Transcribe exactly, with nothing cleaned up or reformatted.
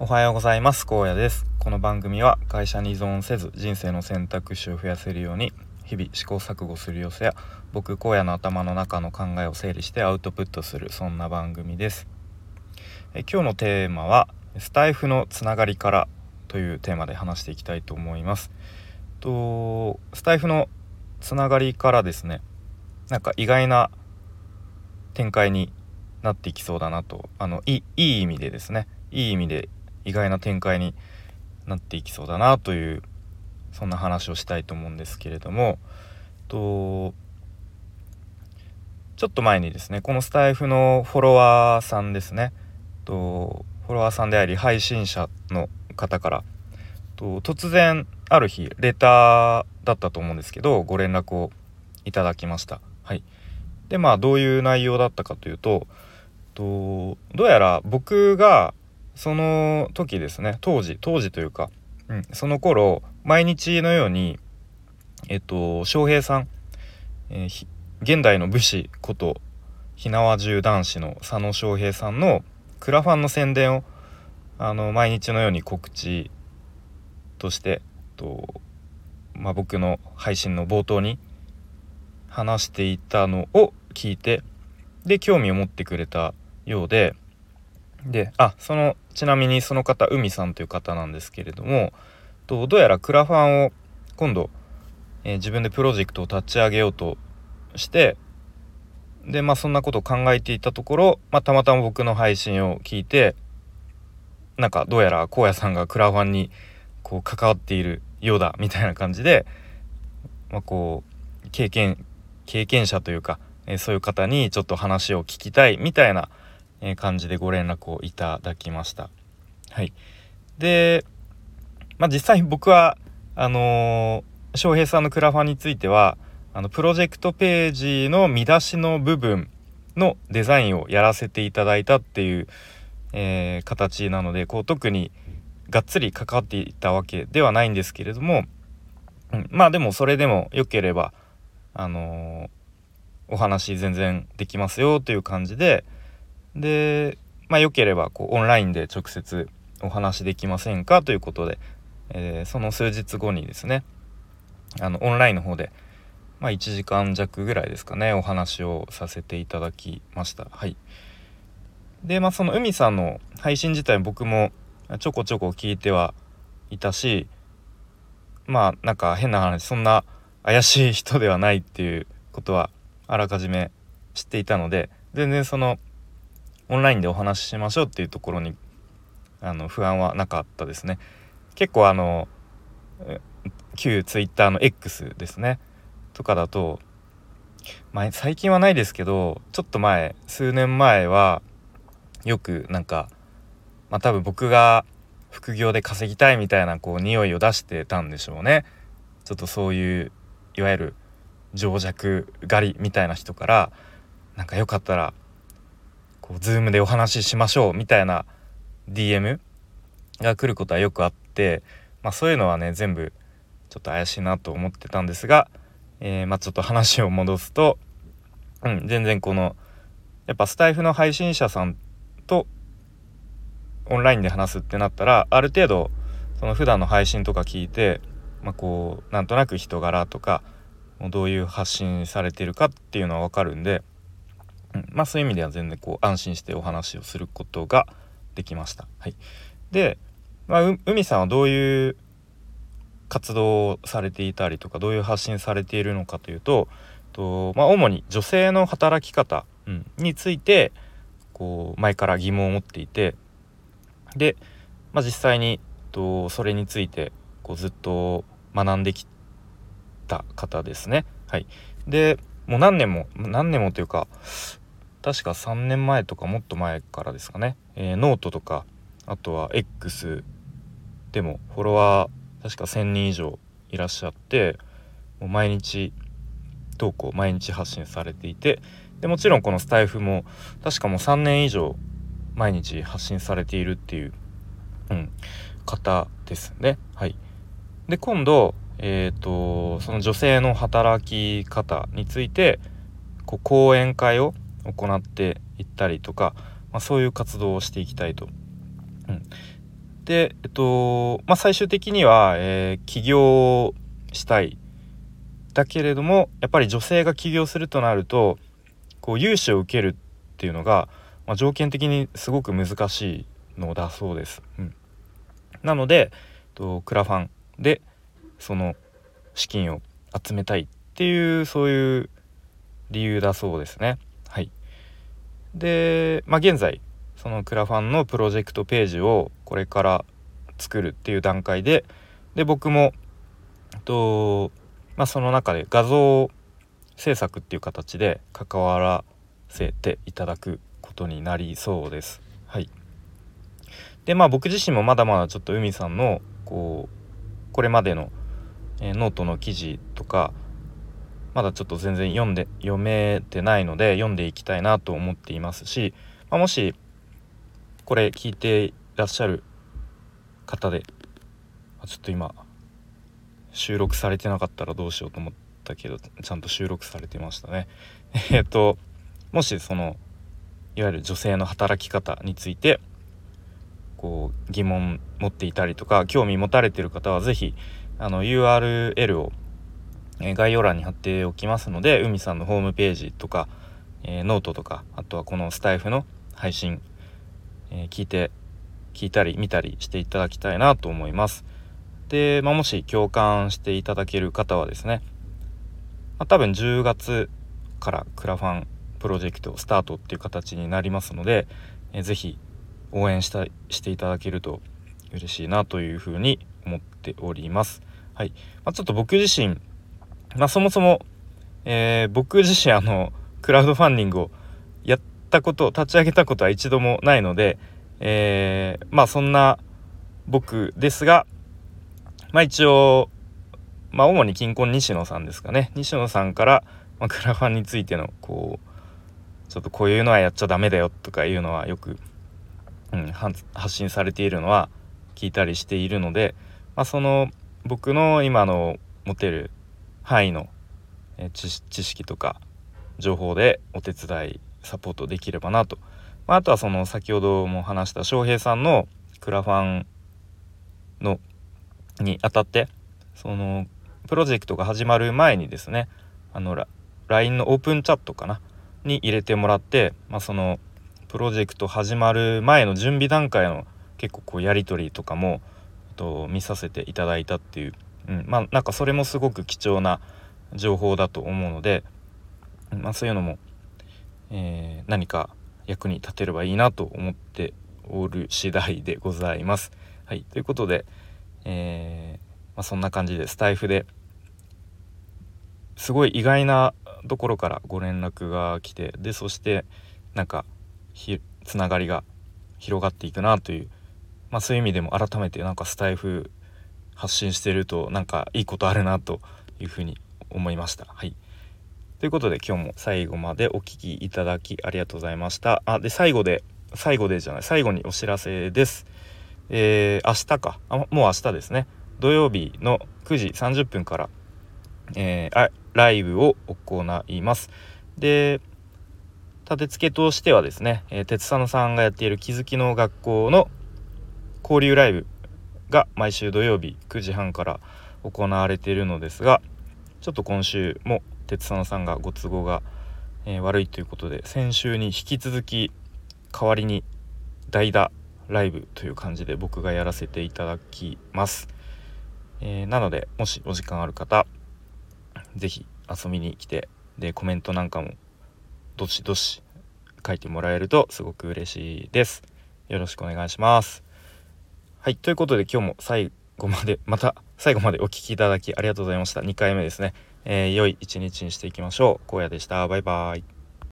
おはようございます。高野です。この番組は会社に依存せず人生の選択肢を増やせるように日々試行錯誤する様子や僕高野の頭の中の考えを整理してアウトプットする、そんな番組です。え今日のテーマはスタイフのつながりからというテーマで話していきたいと思います。とスタイフのつながりからですね、なんか意外な展開になっていきそうだなと、あのいい、いい意味でですねいい意味で意外な展開になっていきそうだなという、そんな話をしたいと思うんですけれども、とちょっと前にですね、このスタイフのフォロワーさんですね、とフォロワーさんであり配信者の方からと突然ある日レターだったと思うんですけどご連絡をいただきました。はい。でまあどういう内容だったかというと、とどうやら僕がその時ですね、当時当時というか、うん、その頃毎日のようにえっと翔平さん、えー現代の武士こと火縄銃男子の佐野翔平さんのクラファンの宣伝をあの毎日のように告知としてと、まあ、僕の配信の冒頭に話していたのを聞いて、で興味を持ってくれたようで、であそのちなみにその方海さんという方なんですけれども、とどうやらクラファンを今度、えー自分でプロジェクトを立ち上げようとして、でまあそんなことを考えていたところ、まあ、たまたま僕の配信を聞いて、なんかどうやら荒野さんがクラファンにこう関わっているようだみたいな感じで、まあ、こう経験経験者というか、えーそういう方にちょっと話を聞きたいみたいなえー感じでご連絡をいただきました。はい。で、まあ、実際僕はあのー翔平さんのクラファンについてはあのプロジェクトページの見出しの部分のデザインをやらせていただいたっていう、えー形なので、こう特にがっつり関わっていたわけではないんですけれども、うん、まあでもそれでもよければあのーお話全然できますよという感じで、でまあよければこうオンラインで直接お話できませんかということで、えーその数日後にですね、あのオンラインの方で、まあ、いちじかん弱ぐらいですかね、お話をさせていただきました。はい。でまあその海さんの配信自体僕もちょこちょこ聞いてはいたし、まあなんか変な話、そんな怪しい人ではないっていうことはあらかじめ知っていたので、全然そのオンラインでお話ししましょうっていうところにあの不安はなかったですね。結構あのえ旧ツイッターの X ですねとかだと、まあ、最近はないですけどちょっと前数年前はよくなんか、まあ、多分僕が副業で稼ぎたいみたいなこう匂いを出してたんでしょうね。ちょっとそういういわゆる情弱狩りみたいな人から、なんかよかったらこうズームでお話ししましょうみたいな ディーエム が来ることはよくあって、まあ、そういうのはね全部ちょっと怪しいなと思ってたんですが、えー、まあちょっと話を戻すと、うん、全然このやっぱスタイフの配信者さんとオンラインで話すってなったら、ある程度その普段の配信とか聞いて、まあ、こうなんとなく人柄とかどういう発信されてるかっていうのは分かるんで、うん、まあそういう意味では全然こう安心してお話をすることができました。はい。で、まあ、う海さんはどういう活動をされていたりとかどういう発信されているのかというと、と、まあ、主に女性の働き方、うん、についてこう前から疑問を持っていて、で、まあ、実際にとそれについてこうずっと学んできた方ですね。はい。でもう何年も何年もというか確かさんねんまえとかもっと前からですかね、えー、ノートとかあとは X でもフォロワー確かせんにん以上いらっしゃって、もう毎日投稿毎日発信されていて、でもちろんこのスタイフも確かもうさんねん以上毎日発信されているっていう、うん、方ですね。はい。で今度えーとその女性の働き方についてこう講演会を行っていったりとか、まあ、そういう活動をしていきたいと、うん、 でえっとまあ最終的には、えー起業したいだけれども、やっぱり女性が起業するとなるとこう融資を受けるっていうのが、まあ、条件的にすごく難しいのだそうです。うん、なので、えっと、クラファンでその資金を集めたいっていうそういう理由だそうですね。はい。で、まあ、現在そのクラファンのプロジェクトページをこれから作るっていう段階で、で僕もと、まあ、その中で画像制作っていう形で関わらせていただくことになりそうです。はい。でまあ僕自身もまだまだちょっと海さんのこうこれまでの、えーノートの記事とかまだちょっと全然読んで読めてないので読んでいきたいなと思っていますし、まあ、もしこれ聞いていらっしゃる方でちょっと今収録されてなかったらどうしようと思ったけどちゃんと収録されてましたね。えっともしそのいわゆる女性の働き方についてこう疑問持っていたりとか興味持たれている方はぜひあの ユーアールエル を概要欄に貼っておきますので、海さんのホームページとか、えー、ノートとかあとはこのスタイフの配信、えー、聞いて聞いたり見たりしていただきたいなと思います。で、まあ、もし共感していただける方はですね、まあ、多分じゅうがつからクラファンプロジェクトスタートっていう形になりますので、えー、ぜひ応援したしていただけると嬉しいなというふうに思っております。はい。まあ、ちょっと僕自身、まあ、そもそも、えー、僕自身あのクラウドファンディングをやったこと立ち上げたことは一度もないので、えー、まあそんな僕ですが、まあ一応まあ主に金婚西野さんですかね、西野さんから、まあ、クラファンについてのこうちょっとこういうのはやっちゃダメだよとかいうのはよく、うん、発信されているのは聞いたりしているので、まあ、その僕の今の持てる範囲の知識とか情報でお手伝いサポートできればなと、まあ、あとはその先ほども話した翔平さんのクラファンのにあたってそのプロジェクトが始まる前にですね、あの ライン のオープンチャットかなに入れてもらって、まあ、そのプロジェクト始まる前の準備段階の結構こうやり取りとかもと見させていただいたっていう、うん、まあなんかそれもすごく貴重な情報だと思うので、まあ、そういうのも、えー、何か役に立てればいいなと思っておる次第でございます。はい、ということで、えーまあ、そんな感じでスタイフですごい意外なところからご連絡が来て、でそしてなんかひつながりが広がっていくなという、まあ、そういう意味でも改めてなんかスタイフ発信してるとなんかいいことあるなというふうに思いました。はい。ということで今日も最後までお聞きいただきありがとうございました。あで最後で最後でじゃない最後にお知らせです。えー、明日かあもう明日ですね、土曜日のくじさんじゅっぷんから、えー、あライブを行います。で立て付けとしてはですね、えー、鉄佐野さんがやっている気づきの学校の交流ライブが毎週土曜日くじはんから行われているのですが、ちょっと今週も鉄佐野さんがご都合が、えー、悪いということで先週に引き続き代わりに代打ライブという感じで僕がやらせていただきます。えー、なのでもしお時間ある方ぜひ遊びに来て、でコメントなんかもどしどし書いてもらえるとすごく嬉しいです。よろしくお願いします。はい、ということで今日も最後までまた最後までお聞きいただきありがとうございました。にかいめですね、えー、良い一日にしていきましょう。荒野でした。バイバイ。